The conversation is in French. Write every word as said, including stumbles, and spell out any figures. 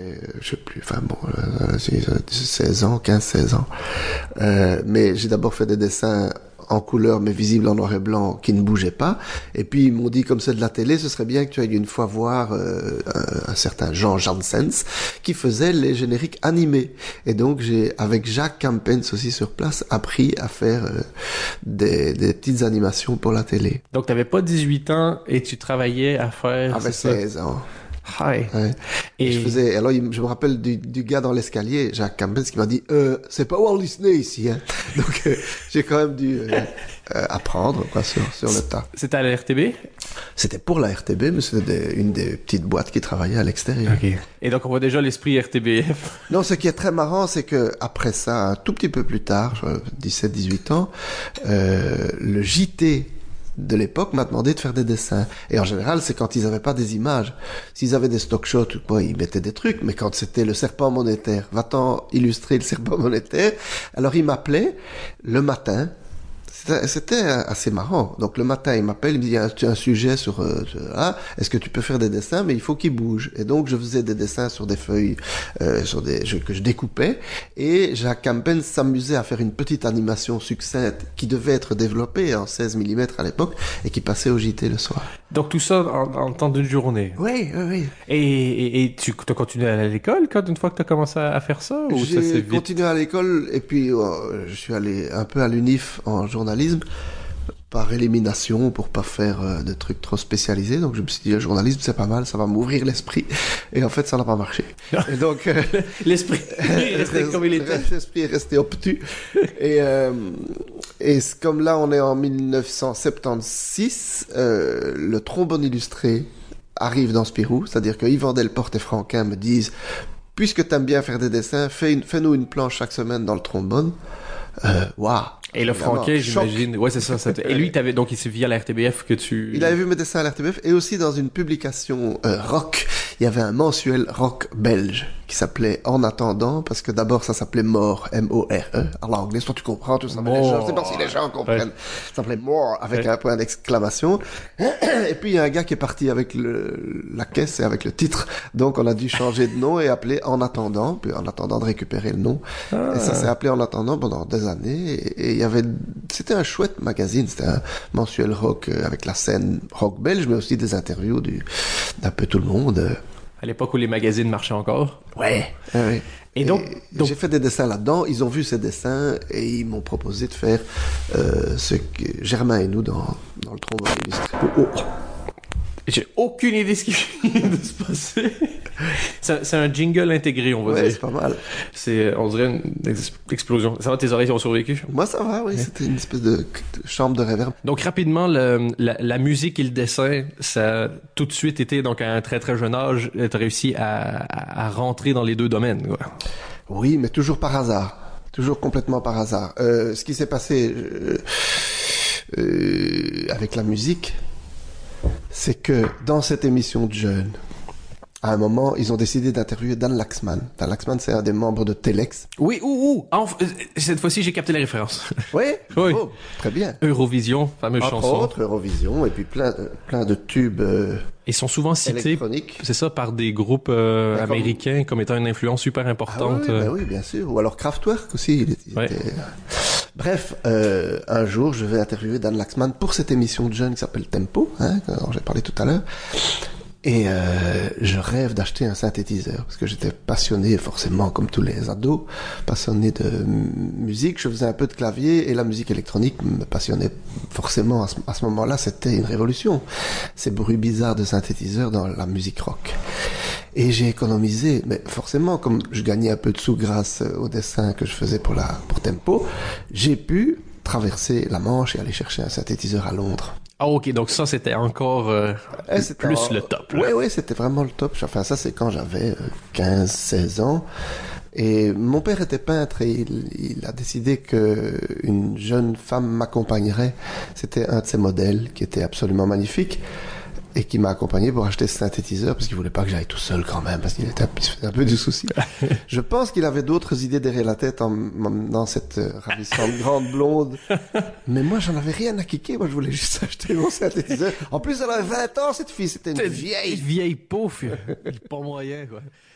j'avais, je sais plus, enfin bon, euh, seize ans, quinze seize ans. Euh, mais j'ai d'abord fait des dessins en couleur mais visibles en noir et blanc qui ne bougeaient pas. Et puis ils m'ont dit comme c'est de la télé, ce serait bien que tu ailles une fois voir euh, un, un certain Jean Janssens qui faisait les génériques animés. Et donc j'ai, avec Jacques Campens aussi sur place, appris à faire euh, des, des petites animations pour la télé. Donc t'avais pas dix-huit ans et tu travaillais à faire... Avec seize ans. Hi. Ouais. Et... et je faisais, alors je me rappelle du, du gars dans l'escalier, Jacques Campbell, qui m'a dit, euh, c'est pas Walt Disney ici, hein. Donc, euh, j'ai quand même dû, euh, euh, apprendre, quoi, sur, sur le tas. C'était à la R T B? C'était pour la R T B, mais c'était des, une des petites boîtes qui travaillait à l'extérieur. Ok. Et donc, on voit déjà l'esprit R T B F. Non, ce qui est très marrant, c'est que, après ça, un tout petit peu plus tard, dix-sept dix-huit ans, euh, le J T de l'époque m'a demandé de faire des dessins. Et en général, c'est quand ils avaient pas des images. S'ils avaient des stock shots, quoi, ils mettaient des trucs. Mais quand c'était le serpent monétaire, va-t'en illustrer le serpent monétaire. Alors, ils m'appelaient le matin. C'était, c'était assez marrant. Donc, le matin, il m'appelle, il me dit, tu as un sujet sur, euh, ah, est-ce que tu peux faire des dessins? Mais il faut qu'il bouge. Et donc, je faisais des dessins sur des feuilles, euh, sur des, je, que je découpais. Et Jacques Campens s'amusait à faire une petite animation succincte qui devait être développée en seize millimètres à l'époque et qui passait au J T le soir. Donc, tout ça en, en temps d'une journée? Oui, oui, oui. Et, et, et tu as continué à aller à l'école quand, une fois que tu as commencé à faire ça? Ou J'ai ça s'est vite... continué à l'école et puis oh, je suis allé un peu à l'U N I F en journalisme par élimination pour pas faire euh, de trucs trop spécialisés. Donc je me suis dit, le journalisme c'est pas mal, ça va m'ouvrir l'esprit. Et en fait, ça n'a pas marché. Et donc euh, l'esprit est resté comme il était. L'esprit est resté obtus. Et euh, et comme là, on est en dix-neuf cent soixante-seize, euh, le trombone illustré arrive dans Spirou, c'est-à-dire que Yvan Delporte et Franquin me disent, puisque t'aimes bien faire des dessins, fais une, fais-nous une planche chaque semaine dans le trombone. Euh, waouh. Et le Franquin, j'imagine. Ouais, c'est ça. ça et lui, t'avais, donc, c'est via la R T B F que tu... Il avait vu mes dessins à la R T B F et aussi dans une publication euh, rock. Il y avait un mensuel rock belge qui s'appelait En attendant, parce que d'abord ça s'appelait More, M O R E. Alors l'anglais, toi tu comprends tout ça, mais les gens, je sais pas si les gens comprennent. Ouais. Ça s'appelait More avec ouais. un point d'exclamation. Et puis il y a un gars qui est parti avec le, la caisse et avec le titre. Donc on a dû changer de nom et appeler En attendant, puis en attendant de récupérer le nom. Ah. Et ça s'est appelé En attendant pendant des années. Et, et il y avait, c'était un chouette magazine, c'était un mensuel rock avec la scène rock belge, mais aussi des interviews du, d'un peu tout le monde. À l'époque où les magazines marchaient encore. Ouais. ouais. Et donc, et donc, j'ai fait des dessins là-dedans. Ils ont vu ces dessins et ils m'ont proposé de faire euh, ce que Germain et nous dans, dans le trombone illustré. Oh, oh. J'ai aucune idée de ce qui vient de se passer. C'est, c'est un jingle intégré, on va ouais, dire. C'est pas mal. C'est, on dirait une ex- explosion. Ça va, tes oreilles ont survécu? Moi, ça va, oui. Ouais. C'était une espèce de, de chambre de réverb. Donc, rapidement, le, la, la musique et le dessin, ça a tout de suite été, donc, à un très, très jeune âge, t'as réussi à, à, à rentrer dans les deux domaines, quoi. Oui, mais toujours par hasard. Toujours complètement par hasard. Euh, ce qui s'est passé euh, euh, avec la musique, c'est que dans cette émission de jeunes, à un moment, ils ont décidé d'interviewer Dan Laxman. Dan Laxman, c'est un des membres de Telex. Oui, ou, ou. Enfin, cette fois-ci, j'ai capté la référence. Oui, oui. Oh, très bien. Eurovision, fameuse Entre chanson. autres, Eurovision, et puis plein, plein de tubes euh, Ils sont souvent cités, c'est ça, par des groupes euh, américains comme... comme étant une influence super importante. Ah oui, ben oui, bien sûr. Ou alors Kraftwerk aussi. Il, il ouais. était... Bref, euh, un jour, je vais interviewer Dan Laxman pour cette émission de jeunes qui s'appelle Tempo, hein, dont j'ai parlé tout à l'heure. Et euh, je rêve d'acheter un synthétiseur parce que j'étais passionné, forcément, comme tous les ados, passionné de m- musique. Je faisais un peu de clavier et la musique électronique me passionnait forcément. À ce, à ce moment-là, c'était une révolution. Ces bruits bizarres de synthétiseur dans la musique rock. Et j'ai économisé, mais forcément, comme je gagnais un peu de sous grâce au dessin que je faisais pour la pour Tempo, j'ai pu traverser la Manche et aller chercher un synthétiseur à Londres. Ah ok, donc ça c'était encore euh, eh, c'était plus en... le top. Oui, oui, c'était vraiment le top. Enfin, ça c'est quand j'avais euh, quinze seize ans. Et mon père était peintre et il, il a décidé que une jeune femme m'accompagnerait. C'était un de ses modèles qui était absolument magnifique et qui m'a accompagné pour acheter ce synthétiseur parce qu'il voulait pas que j'aille tout seul quand même parce qu'il était un, il se faisait un peu du souci. Je pense qu'il avait d'autres idées derrière la tête en m'emmenant cette euh, ravissante grande blonde. Mais moi, j'en avais rien à kicker. Moi, je voulais juste acheter mon synthétiseur. En plus, elle avait vingt ans, cette fille. C'était une T'es vieille. Vieille pauvre. Pas moyen, quoi.